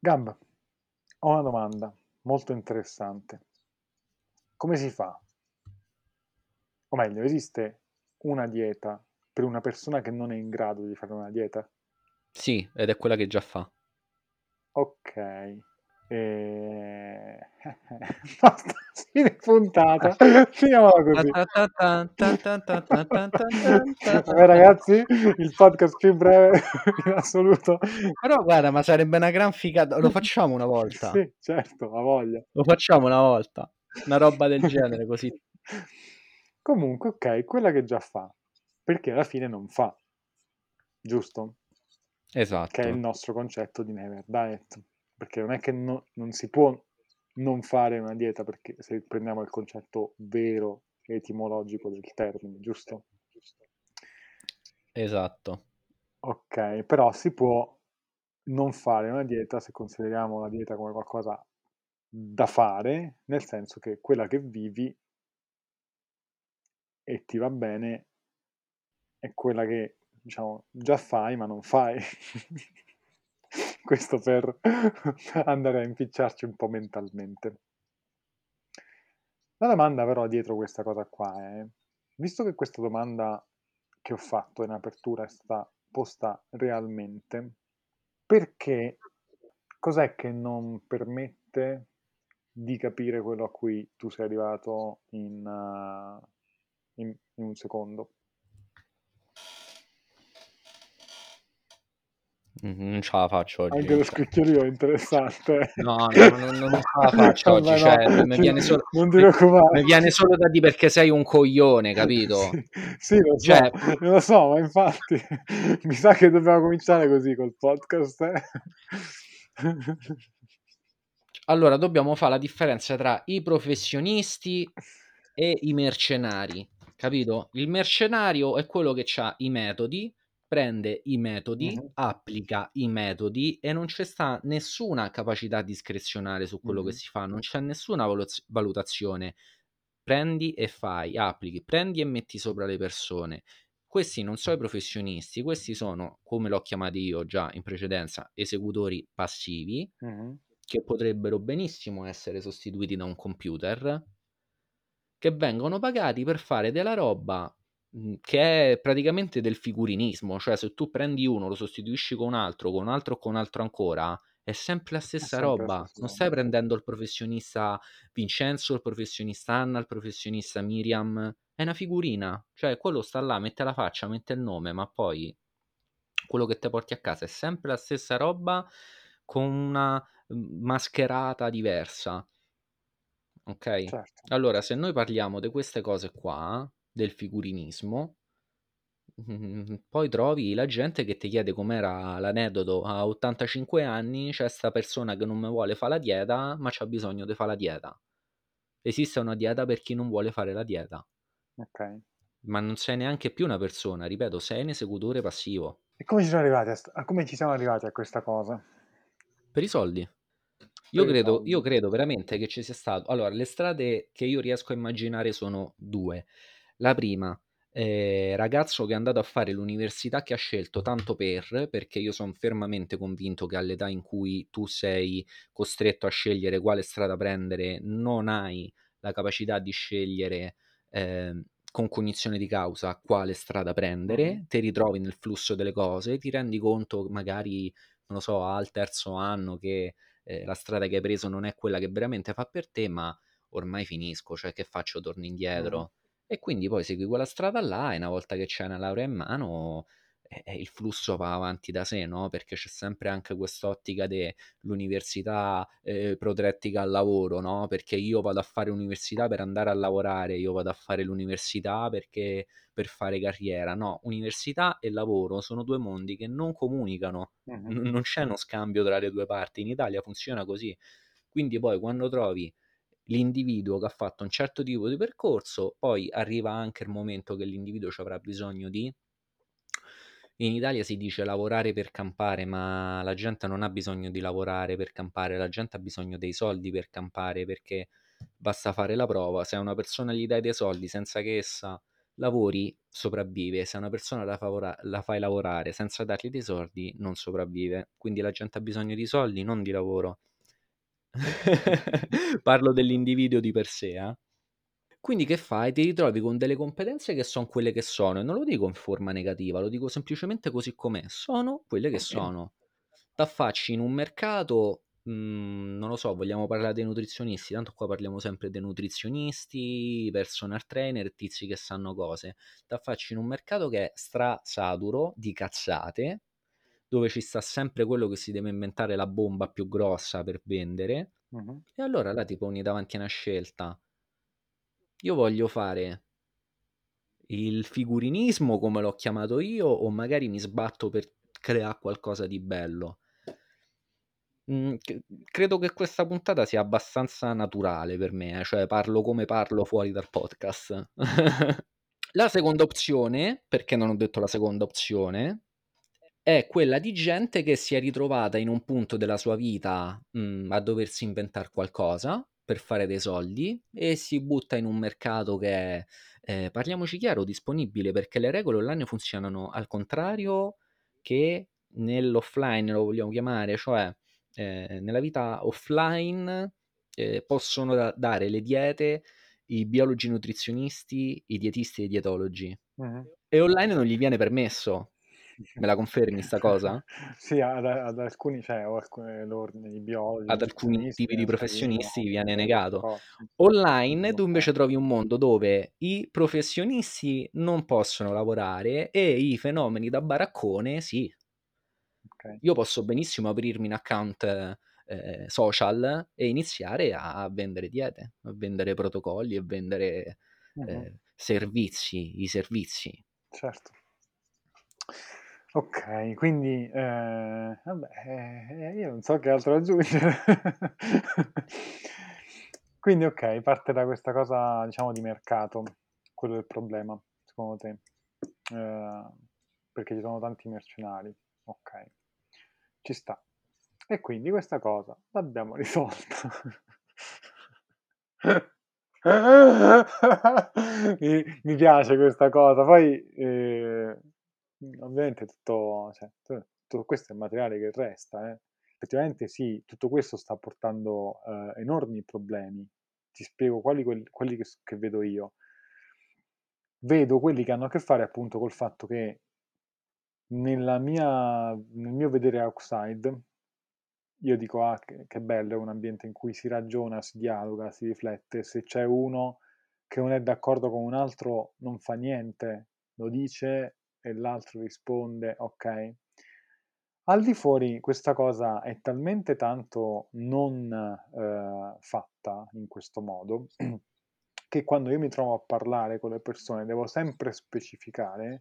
Gab, ho una domanda molto interessante. Come si fa? O meglio, esiste una dieta per una persona che non è in grado di fare una dieta? Sì, ed è quella che già fa. Ok. Basta, fine puntata. Finiamola così. Vabbè, ragazzi, il podcast più breve in assoluto. Però guarda, ma sarebbe una gran figata. Lo facciamo una volta. Sì, certo, ha voglia. Lo facciamo una volta. Una roba del genere, così. Comunque, ok, quella che già fa, perché alla fine non fa, giusto? Che è il Esatto. nostro concetto di never diet, perché non è che non si può non fare una dieta, perché se prendiamo il concetto vero etimologico del termine, giusto? Esatto. Ok, però si può non fare una dieta se consideriamo la dieta come qualcosa da fare, nel senso che quella che vivi e ti va bene è quella che, diciamo, già fai ma non fai. Questo per andare a impicciarci un po' mentalmente. La domanda però dietro questa cosa qua è, visto che questa domanda che ho fatto in apertura è stata posta realmente, perché cos'è che non permette di capire quello a cui tu sei arrivato in un secondo? Non ce la faccio oggi. Anche lo scricchiolio è interessante. No, non ce la faccio oggi. Vabbè, no, Cioè, mi viene solo, non ti mi preoccupare. viene solo da dire perché sei un coglione, capito? Sì, sì, Cioè, lo so, ma infatti mi sa che dobbiamo cominciare così col podcast. allora dobbiamo fare la differenza tra i professionisti e i mercenari, capito? Il mercenario è quello che ha i metodi, prende i metodi, Mhm, applica i metodi e non c'è sta nessuna capacità discrezionale su quello che mhm, si fa, non c'è nessuna valutazione. Prendi e fai, applichi, prendi e metti sopra le persone. Questi non sono i professionisti, questi sono, come l'ho chiamati io già in precedenza, esecutori passivi mhm, che potrebbero benissimo essere sostituiti da un computer, che vengono pagati per fare della roba che è praticamente del figurinismo, cioè se tu prendi uno, lo sostituisci con un altro o con un altro ancora, è sempre la è stessa sempre la roba. stessa Non roba. stai prendendo il professionista Vincenzo, il professionista Anna, il professionista Miriam, è una figurina, cioè quello sta là, mette la faccia, mette il nome, ma poi quello che te porti a casa è sempre la stessa roba con una mascherata diversa. Ok? Certo. Allora, se noi parliamo di queste cose qua, del figurinismo, poi trovi la gente che ti chiede com'era l'aneddoto a 85 anni, c'è sta persona che non mi vuole fare la dieta, ma c'ha bisogno di fare la dieta. Esiste una dieta per chi non vuole fare la dieta, Ok. ma non sei neanche più una persona, ripeto, sei un esecutore passivo. E come ci siamo arrivati come ci siamo arrivati a questa cosa? Per i soldi. Per i Io soldi. credo veramente che ci sia stato. Allora, le strade che io riesco a immaginare sono due. La prima, ragazzo che è andato a fare l'università che ha scelto tanto perché io sono fermamente convinto che all'età in cui tu sei costretto a scegliere quale strada prendere, non hai la capacità di scegliere con cognizione di causa quale strada Mhm, prendere, ti ritrovi nel flusso delle cose, ti rendi conto magari, non lo so, al terzo anno che la strada che hai preso non è quella che veramente fa per te, ma ormai finisco, cioè che faccio, torno mhm. indietro. E quindi poi segui quella strada là e una volta che c'è una laurea in mano il flusso va avanti da sé, no? Perché c'è sempre anche quest'ottica dell'università protettica al lavoro, no? Perché io vado a fare università per andare a lavorare, io vado a fare l'università perché per fare carriera, no? Università e lavoro sono due mondi che non comunicano, Mhm. non c'è uno scambio tra le due parti, in Italia funziona così. Quindi poi quando trovi l'individuo che ha fatto un certo tipo di percorso, poi arriva anche il momento che l'individuo ci avrà bisogno di... In Italia si dice lavorare per campare, ma la gente non ha bisogno di lavorare per campare, la gente ha bisogno dei soldi per campare, perché basta fare la prova, se a una persona gli dai dei soldi senza che essa lavori, sopravvive. Se una persona la fai lavorare senza dargli dei soldi, non sopravvive. Quindi la gente ha bisogno di soldi, non di lavoro. Parlo dell'individuo di per sé, eh. Quindi che fai? Ti ritrovi con delle competenze che sono quelle che sono, e non lo dico in forma negativa, lo dico semplicemente così com'è, sono quelle che sono. T'affacci in un mercato, non lo so, vogliamo parlare dei nutrizionisti, tanto qua parliamo sempre dei nutrizionisti, personal trainer, tizi che sanno cose. T'affacci in un mercato che è strasaturo di cazzate, dove ci sta sempre quello che si deve inventare la bomba più grossa per vendere, Mhm. e allora là ti poni davanti a una scelta. Io voglio fare il figurinismo come l'ho chiamato io, o magari mi sbatto per creare qualcosa di bello. Credo che questa puntata sia abbastanza naturale per me, cioè parlo come parlo fuori dal podcast. La seconda opzione, perché non ho detto la seconda opzione, è quella di gente che si è ritrovata in un punto della sua vita a doversi inventare qualcosa per fare dei soldi e si butta in un mercato che è, parliamoci chiaro, disponibile, perché le regole online funzionano al contrario che nell'offline, lo vogliamo chiamare, cioè nella vita offline possono dare le diete i biologi nutrizionisti, i dietisti e i dietologi. Mhm. E online non gli viene permesso. Me la confermi sta cosa? Sì, ad alcuni, cioè, i biologi, i Ad alcuni nutrizionisti tipi di viene scaricata professionisti viene questa negato. cosa, sì. Online tu invece Bloccato. trovi un mondo dove i professionisti non possono lavorare e i fenomeni da baraccone sì. Ok. Io posso benissimo aprirmi un account social e iniziare a vendere diete, a vendere protocolli, a vendere Mhm. servizi, i servizi. Certo. Ok, quindi vabbè, io non so che altro aggiungere. Quindi ok, parte da questa cosa, diciamo, di mercato, quello è il problema, secondo te. Eh, perché ci sono tanti mercenari. Ok, ci sta. E quindi questa cosa l'abbiamo risolta. Mi piace questa cosa. Poi, ovviamente, tutto questo è materiale che resta. Effettivamente, sì, tutto questo sta portando enormi problemi. Ti spiego quelli che vedo io. Vedo quelli che hanno a che fare appunto col fatto che nel mio vedere outside, io dico, ah, che bello, è un ambiente in cui si ragiona, si dialoga, si riflette. Se c'è uno che non è d'accordo con un altro, non fa niente, lo dice e l'altro risponde, ok. Al di fuori questa cosa è talmente tanto non fatta in questo modo che quando io mi trovo a parlare con le persone devo sempre specificare: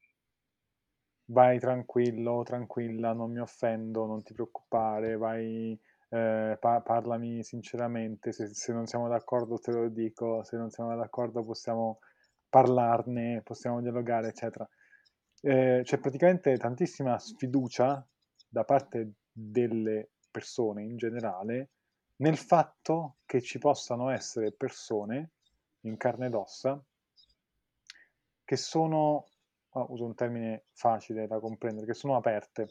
vai tranquillo, tranquilla, non mi offendo, non ti preoccupare, vai, parlami sinceramente, se non siamo d'accordo te lo dico, se non siamo d'accordo possiamo parlarne, possiamo dialogare, eccetera. C'è praticamente tantissima sfiducia da parte delle persone in generale nel fatto che ci possano essere persone in carne ed ossa che sono, uso un termine facile da comprendere, che sono aperte,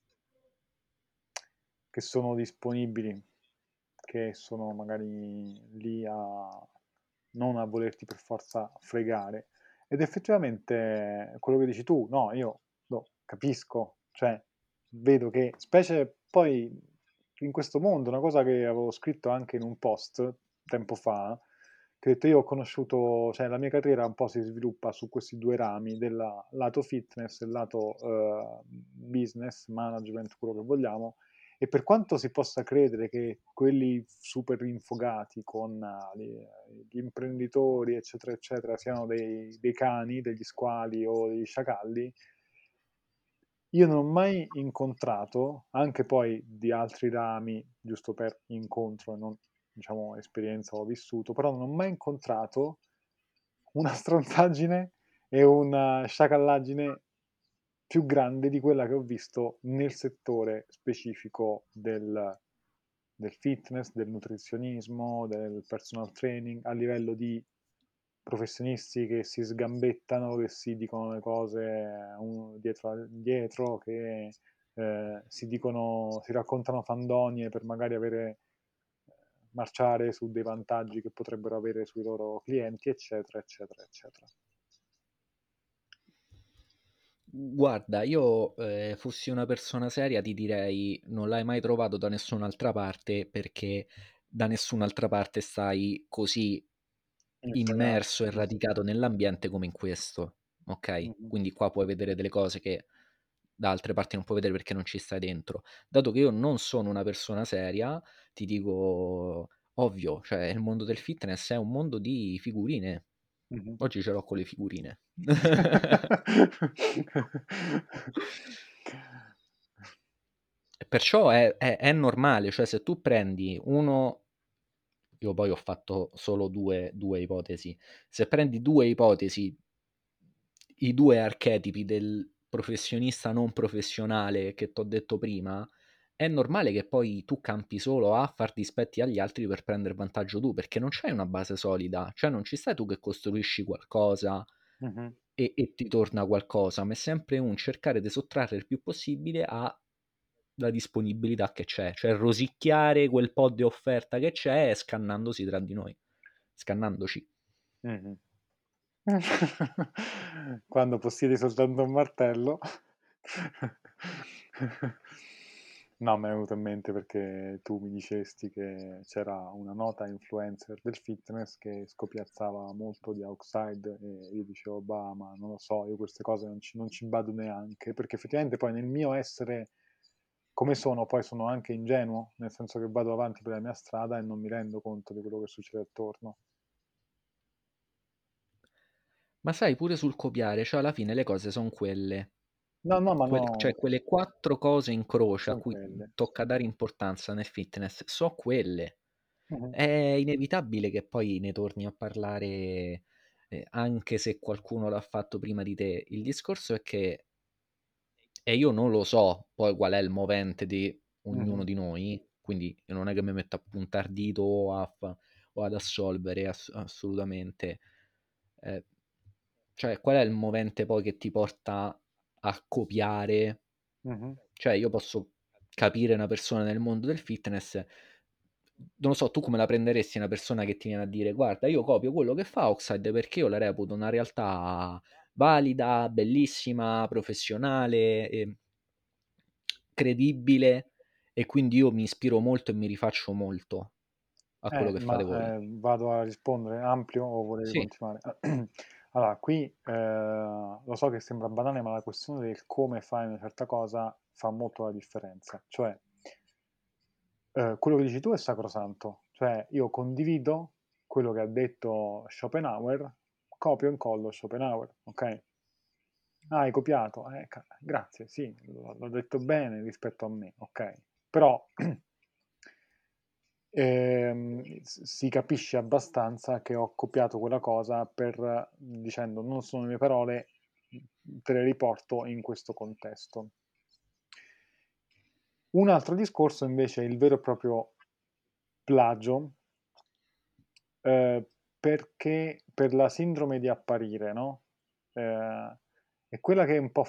che sono disponibili, che sono magari lì a non a volerti per forza fregare. Ed effettivamente quello che dici tu, no, io lo capisco, cioè vedo che, specie poi in questo mondo, una cosa che avevo scritto anche in un post tempo fa, che ho detto io ho conosciuto, cioè la mia carriera un po' si sviluppa su questi due rami, del lato fitness e il lato business, management, quello che vogliamo, e per quanto si possa credere che quelli super infogati con gli imprenditori, eccetera, eccetera, siano dei cani, degli squali o degli sciacalli, io non ho mai incontrato, anche poi di altri rami, giusto per incontro e non, diciamo, esperienza ho vissuto, però non ho mai incontrato una stronzaggine e una sciacallaggine più grande di quella che ho visto nel settore specifico del fitness, del nutrizionismo, del personal training, a livello di professionisti che si sgambettano, che si dicono le cose uno dietro, che si raccontano fandonie per magari marciare su dei vantaggi che potrebbero avere sui loro clienti, eccetera, eccetera, eccetera. Guarda, io fossi una persona seria ti direi non l'hai mai trovato da nessun'altra parte perché da nessun'altra parte stai così Infregato. immerso e radicato nell'ambiente come in questo, ok? Mhm. Quindi qua puoi vedere delle cose che da altre parti non puoi vedere perché non ci stai dentro. Dato che io non sono una persona seria, ti dico ovvio, cioè il mondo del fitness è un mondo di figurine. Mhm. Oggi ce l'ho con le figurine. E perciò è normale, cioè se tu prendi uno, io poi ho fatto solo due ipotesi, se prendi due ipotesi, i due archetipi del professionista non professionale che ti ho detto prima, è normale che poi tu campi solo a far dispetti agli altri per prendere vantaggio tu, perché non c'hai una base solida, cioè non ci stai tu che costruisci qualcosa Mhm. e ti torna qualcosa, ma è sempre un cercare di sottrarre il più possibile alla disponibilità che c'è, cioè rosicchiare quel po' di offerta che c'è scannandosi tra di noi, scannandoci. Mhm. Quando possiedi soltanto un martello. No, mi è venuto in mente perché tu mi dicesti che c'era una nota influencer del fitness che scopiazzava molto di outside e io dicevo, bah, ma non lo so, io queste cose non ci bado neanche, perché effettivamente poi nel mio essere come sono, poi sono anche ingenuo, nel senso che vado avanti per la mia strada e non mi rendo conto di quello che succede attorno. Ma sai, pure sul copiare, cioè alla fine le cose sono quelle. No, no, ma Cioè no, quelle quattro cose in croce a sono cui quelle. tocca dare importanza nel fitness, so quelle. Mhm. È inevitabile che poi ne torni a parlare, anche se qualcuno l'ha fatto prima di te. Il discorso è che, e io non lo so poi qual è il movente di ognuno Mhm. di noi, quindi io non è che mi metto a puntar dito o ad assolvere assolutamente. Eh, cioè, qual è il movente poi che ti porta a copiare? Mhm. Cioè, io posso capire una persona nel mondo del fitness, non lo so, tu come la prenderesti una persona che ti viene a dire, guarda, io copio quello che fa Oxide perché io la reputo una realtà valida, bellissima, professionale, credibile e quindi io mi ispiro molto e mi rifaccio molto a quello che fate voi. Vado a rispondere ampio o volevi Sì, continuare? Allora, qui lo so che sembra banale, ma la questione del come fai una certa cosa fa molto la differenza. Cioè, quello che dici tu è sacrosanto, cioè io condivido quello che ha detto Schopenhauer, copio e incollo Schopenhauer, ok? Ah, hai copiato? Grazie, sì, l'ho detto bene rispetto a me, ok. Però si capisce abbastanza che ho copiato quella cosa dicendo non sono le mie parole, te le riporto in questo contesto. Un altro discorso invece è il vero e proprio plagio, eh, perché per la sindrome di apparire, no? È quella che un po'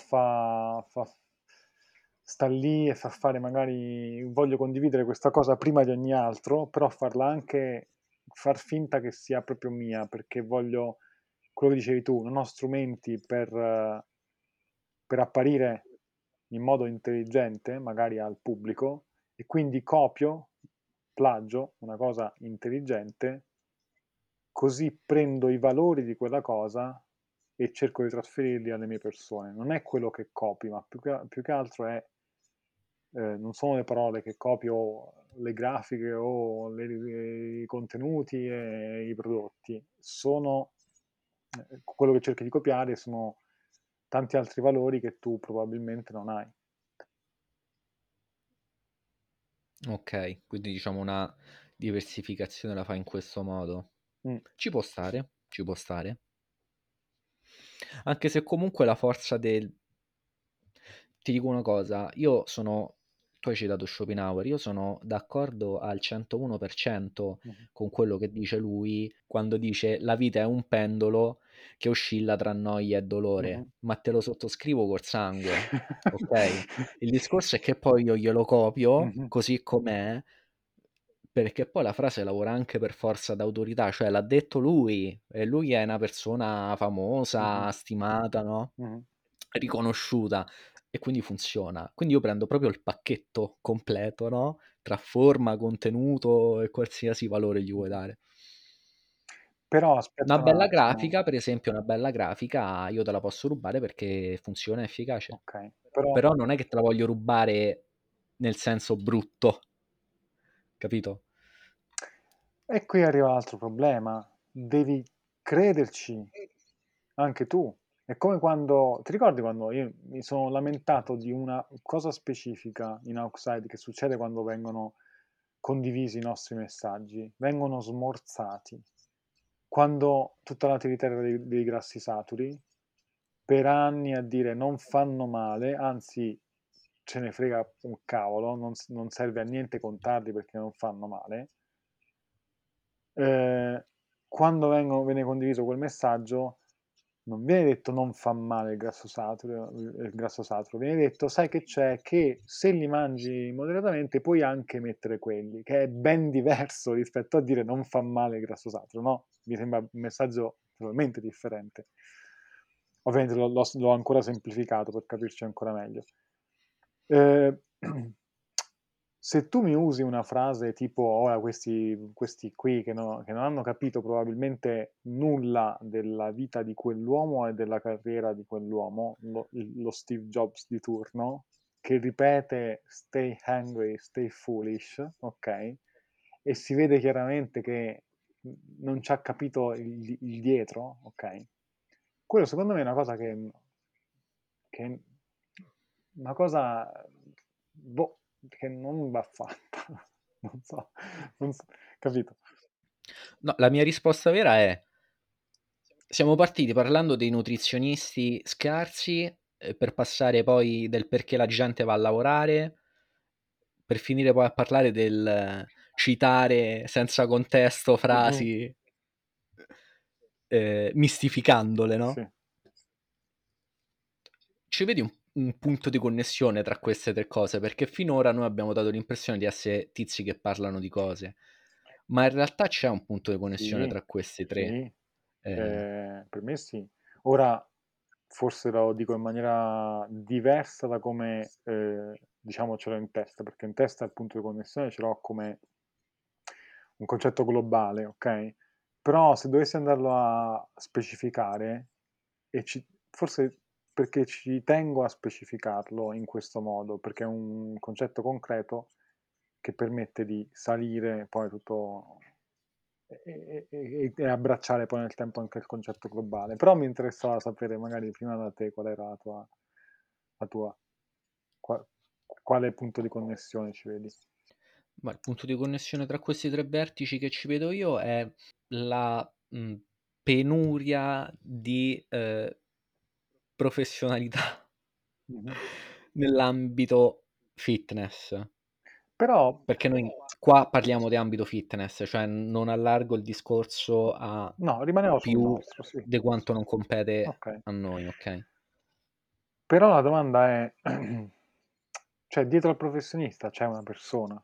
sta lì e fa fare magari, voglio condividere questa cosa prima di ogni altro, però farla anche, far finta che sia proprio mia, perché voglio, quello che dicevi tu, non ho strumenti per apparire in modo intelligente, magari al pubblico, e quindi copio, plagio una cosa intelligente, così prendo i valori di quella cosa e cerco di trasferirli alle mie persone. Non è quello che copi, ma più che altro non sono le parole che copio, le grafiche o i contenuti e i prodotti, sono quello che cerchi di copiare sono tanti altri valori che tu probabilmente non hai. ok, quindi diciamo una diversificazione la fa in questo modo. Mm. Ci può stare, ci può stare. Anche se comunque la forza del... Ti dico una cosa, io sono tu hai citato Schopenhauer, io sono d'accordo al 101% Mhm, con quello che dice lui quando dice la vita è un pendolo che oscilla tra noia e dolore, mhm. ma te lo sottoscrivo col sangue, ok? Il discorso è che poi io glielo copio Mhm, così com'è, perché poi la frase lavora anche per forza d'autorità, cioè l'ha detto lui, e lui è una persona mhm, famosa, stimata, no? mhm. Riconosciuta, e quindi funziona. Quindi io prendo proprio il pacchetto completo, no? Tra forma, contenuto e qualsiasi valore gli vuoi Mhm. dare. Però Una aspetta un bella attimo, grafica, per esempio, una bella grafica io te la posso rubare perché funziona, è efficace. ok, però Però non è che te la voglio rubare nel senso brutto, capito? e qui arriva l'altro problema, devi crederci anche tu. È come quando, ti ricordi quando io mi sono lamentato di una cosa specifica in Outside che succede quando vengono condivisi i nostri messaggi, vengono smorzati. Quando tutta l'attività era dei grassi saturi, per anni a dire non fanno male, anzi ce ne frega un cavolo, non serve a niente contarli perché non fanno male. Eh, Quando viene condiviso quel messaggio, non viene detto non fa male il grasso saturo, viene detto sai che c'è, che se li mangi moderatamente puoi anche mettere quelli, che è ben diverso rispetto a dire non fa male il grasso saturo, no? Mi sembra un messaggio totalmente differente. Ovviamente l'ho ancora semplificato per capirci ancora meglio. Eh, Se tu mi usi una frase tipo, ora questi qui che non hanno capito probabilmente nulla della vita di quell'uomo e della carriera di quell'uomo, lo Steve Jobs di turno, che ripete stay hungry, stay foolish, ok? E si vede chiaramente che non ci ha capito il dietro, ok? Quello secondo me è una cosa che una cosa boh, che non va fatta. Non so, non so, capito? No, la mia risposta vera è: siamo partiti parlando dei nutrizionisti scarsi, per passare poi del perché la gente va a lavorare, per finire poi a parlare del citare senza contesto Mhm, frasi, mistificandole, no? sì. Ci vedi un punto di connessione tra queste tre cose? Perché finora noi abbiamo dato l'impressione di essere tizi che parlano di cose, ma in realtà c'è un punto di connessione Sì, tra questi tre. sì, Eh, per me sì. Ora, forse lo dico in maniera diversa da come, diciamo, ce l'ho in testa, perché in testa il punto di connessione ce l'ho come un concetto globale, ok? Però se dovessi andarlo a specificare, forse perché ci tengo a specificarlo in questo modo, perché è un concetto concreto che permette di salire poi tutto e abbracciare poi nel tempo anche il concetto globale. Però mi interessava sapere magari prima da te qual era la tua qua- quale punto di connessione ci vedi. ma il punto di connessione tra questi tre vertici che ci vedo io è la penuria di professionalità Mhm. nell'ambito fitness. Però, Perché noi qua parliamo di ambito fitness, cioè non allargo il discorso a no, rimaneva sul più nostro, sì. di quanto non compete Ok. a noi, ok? Però la domanda è, cioè dietro al professionista c'è una persona.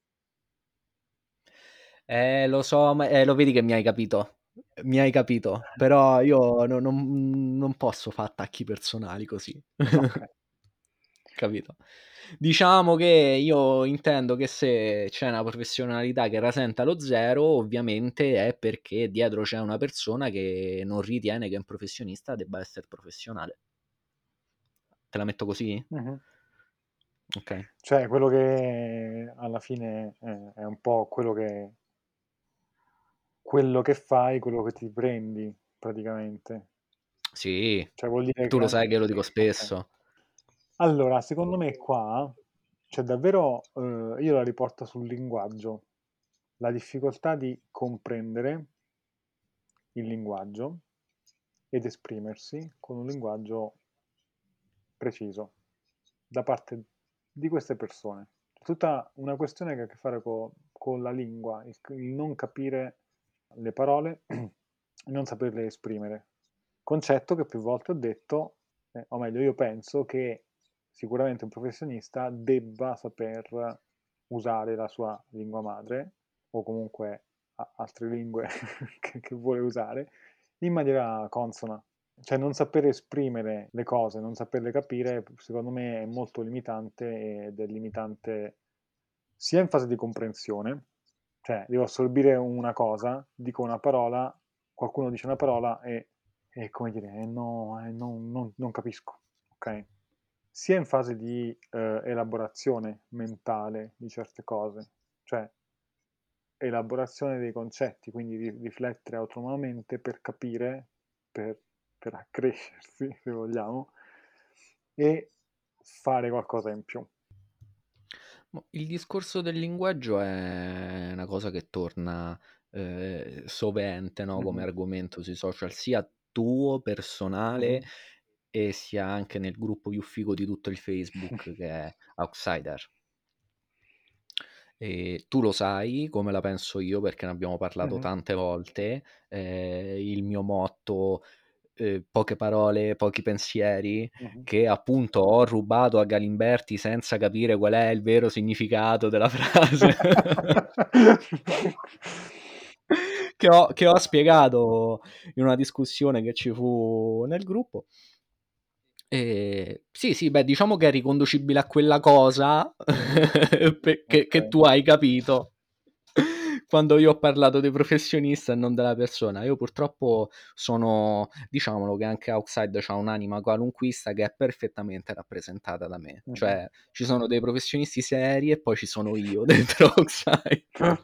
Lo so, ma, lo vedi che mi hai capito, però io non posso fare attacchi personali così, Ok. capito? Diciamo che io intendo che se c'è una professionalità che rasenta lo zero, ovviamente è perché dietro c'è una persona che non ritiene che un professionista debba essere professionale. Te la metto così? Mhm. Ok. Cioè quello che alla fine è un po' quello che fai, quello che ti prendi praticamente. Sì, Cioè vuol dire tu che lo sai che lo dico ok. spesso. Allora, secondo me qua c'è davvero, io la riporto sul linguaggio, la difficoltà di comprendere il linguaggio ed esprimersi con un linguaggio preciso da parte di queste persone. tutta una questione che ha a che fare con la lingua, il non capire le parole, non saperle esprimere. Concetto che più volte ho detto, o meglio, io penso che sicuramente un professionista debba saper usare la sua lingua madre, o comunque altre lingue che vuole usare, in maniera consona. Cioè non saper esprimere le cose, non saperle capire, secondo me è molto limitante ed è limitante sia in fase di comprensione, cioè devo assorbire una cosa, dico una parola, qualcuno dice una parola e come dire, no, non capisco, ok? Sia in fase di elaborazione mentale di certe cose, cioè elaborazione dei concetti, quindi riflettere autonomamente per capire, per, per accrescersi, se vogliamo, e fare qualcosa in più. Il discorso del linguaggio è una cosa che torna sovente, no, come Mhm. argomento sui social, sia tuo, personale, Mhm. e sia anche nel gruppo più figo di tutto il Facebook, che è Outsider. E tu lo sai come la penso io, perché ne abbiamo parlato Mhm. tante volte. Il mio motto, poche parole, pochi pensieri, Mhm. che appunto ho rubato a Galimberti senza capire qual è il vero significato della frase. che ho spiegato in una discussione che ci fu nel gruppo. Sì, sì, beh, diciamo che è riconducibile a quella cosa che Ok. tu hai capito quando io ho parlato di professionista e non della persona. Io purtroppo sono, diciamolo, che anche Outside ha un'anima qualunquista che è perfettamente rappresentata da me. Mhm. Cioè, ci sono dei professionisti seri e poi ci sono io dentro Outside.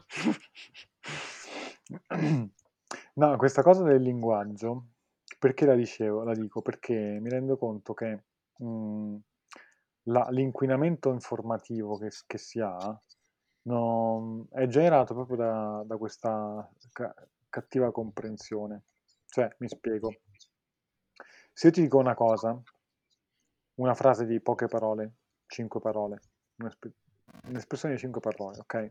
No, questa cosa del linguaggio, perché la dicevo? La dico perché mi rendo conto che mh, l'inquinamento informativo che si ha è generato proprio da questa cattiva comprensione. Cioè, mi spiego. Se io ti dico una cosa, una frase di poche parole, 5 parole, un'espressione di 5 parole, ok?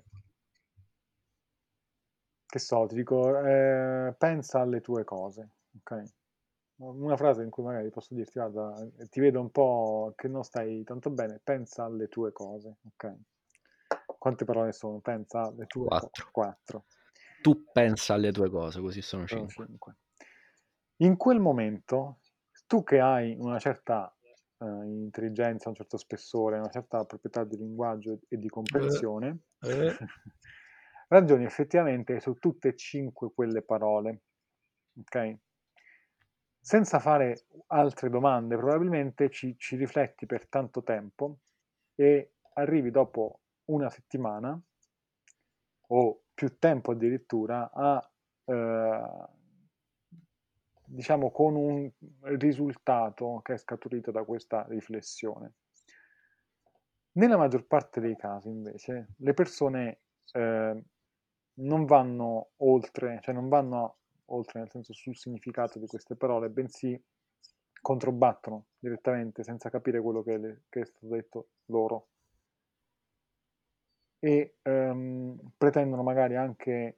Che so, ti dico, pensa alle tue cose, ok? Una frase in cui magari posso dirti, guarda, ti vedo un po' che non stai tanto bene, pensa alle tue cose, ok? Quante parole sono? Pensa alle tue cose. 4. 4. Tu pensa alle tue cose, così sono Sono 5. 5. In quel momento, tu che hai una certa intelligenza, un certo spessore, una certa proprietà di linguaggio e di comprensione, ragioni effettivamente su tutte e 5 quelle parole, ok? Senza fare altre domande, probabilmente ci rifletti per tanto tempo e arrivi dopo una settimana o più tempo addirittura a, eh, diciamo, con un risultato che è scaturito da questa riflessione. Nella maggior parte dei casi, invece, le persone non vanno oltre, cioè non vanno oltre nel senso sul significato di queste parole, bensì controbattono direttamente senza capire quello che è stato detto loro e pretendono magari anche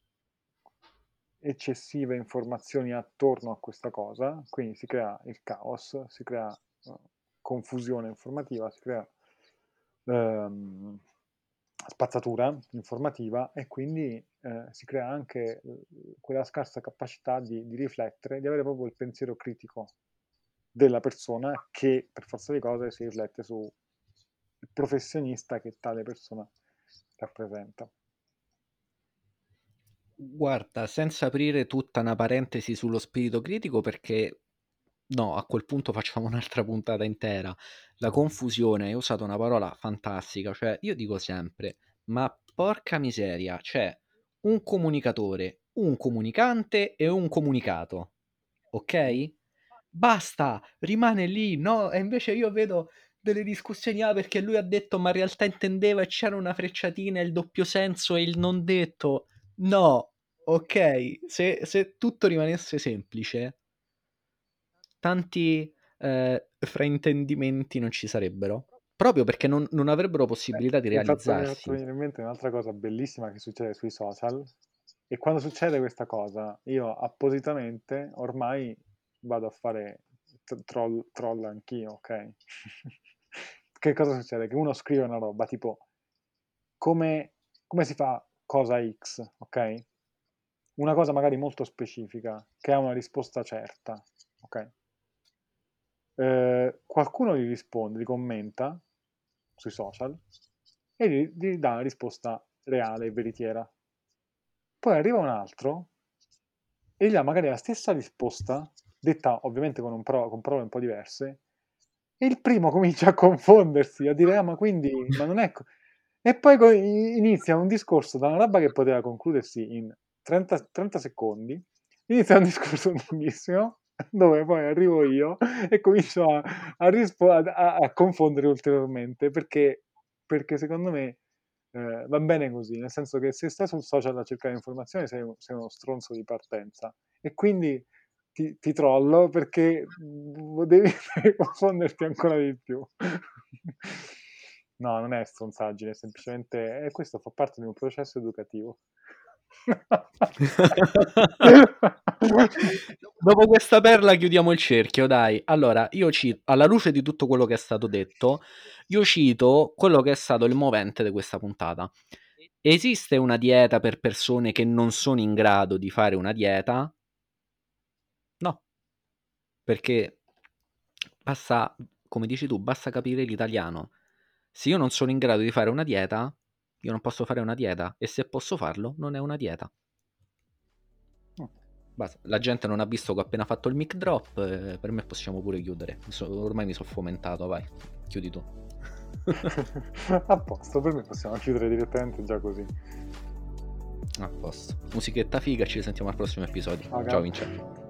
eccessive informazioni attorno a questa cosa, quindi si crea il caos, si crea confusione informativa, si crea ehm, spazzatura informativa e quindi si crea anche quella scarsa capacità di riflettere, di avere proprio il pensiero critico della persona che per forza di cose si riflette sul professionista che tale persona rappresenta. Guarda, senza aprire tutta una parentesi sullo spirito critico, perché no, a quel punto facciamo un'altra puntata intera. La confusione, hai usato una parola fantastica, cioè io dico sempre, ma porca miseria, c'è un comunicatore, un comunicante e un comunicato, Mm. ok? Basta, rimane lì, no? E invece io vedo delle discussioni, perché lui ha detto, ma in realtà intendeva e c'era una frecciatina, il doppio senso e il non detto. No, ok, se tutto rimanesse semplice, tanti fraintendimenti non ci sarebbero. proprio perché non avrebbero possibilità di Mi hai fatto realizzarsi. venire in mente un'altra cosa bellissima che succede sui social. E quando succede questa cosa, io appositamente ormai vado a fare troll anch'io, ok? Che cosa succede? Che uno scrive una roba tipo come si fa cosa X, ok? Una cosa magari molto specifica, che ha una risposta certa, ok? Qualcuno gli risponde, gli commenta sui social e gli dà una risposta reale e veritiera. Poi arriva un altro e gli dà magari la stessa risposta, detta ovviamente con parole un po' diverse, e il primo comincia a confondersi, a dire, ah, ma quindi, ma non è... E poi inizia un discorso da una roba che poteva concludersi in 30 secondi, inizia un discorso lunghissimo, dove poi arrivo io e comincio a confondere ulteriormente, perché secondo me va bene così, nel senso che se stai sul social a cercare informazioni sei uno stronzo di partenza e quindi ti trollo perché devi confonderti ancora di più. No, non è stronzaggine, semplicemente questo fa parte di un processo educativo. Dopo questa perla chiudiamo il cerchio, dai. Allora, io cito, alla luce di tutto quello che è stato detto, io cito quello che è stato il movente di questa puntata. Esiste una dieta per persone che non sono in grado di fare una dieta? No, perché basta, come dici tu, basta capire l'italiano. Se io non sono in grado di fare una dieta, io non posso fare una dieta, e se posso farlo, non è una dieta. Basta. La gente non ha visto che ho appena fatto il mic drop, per me possiamo pure chiudere. Ormai mi sono fomentato, vai, chiudi tu. A posto, per me possiamo chiudere direttamente già così. A posto. Musichetta figa, ci sentiamo al prossimo episodio. Ciao, Ciao Gab. Vincenzo.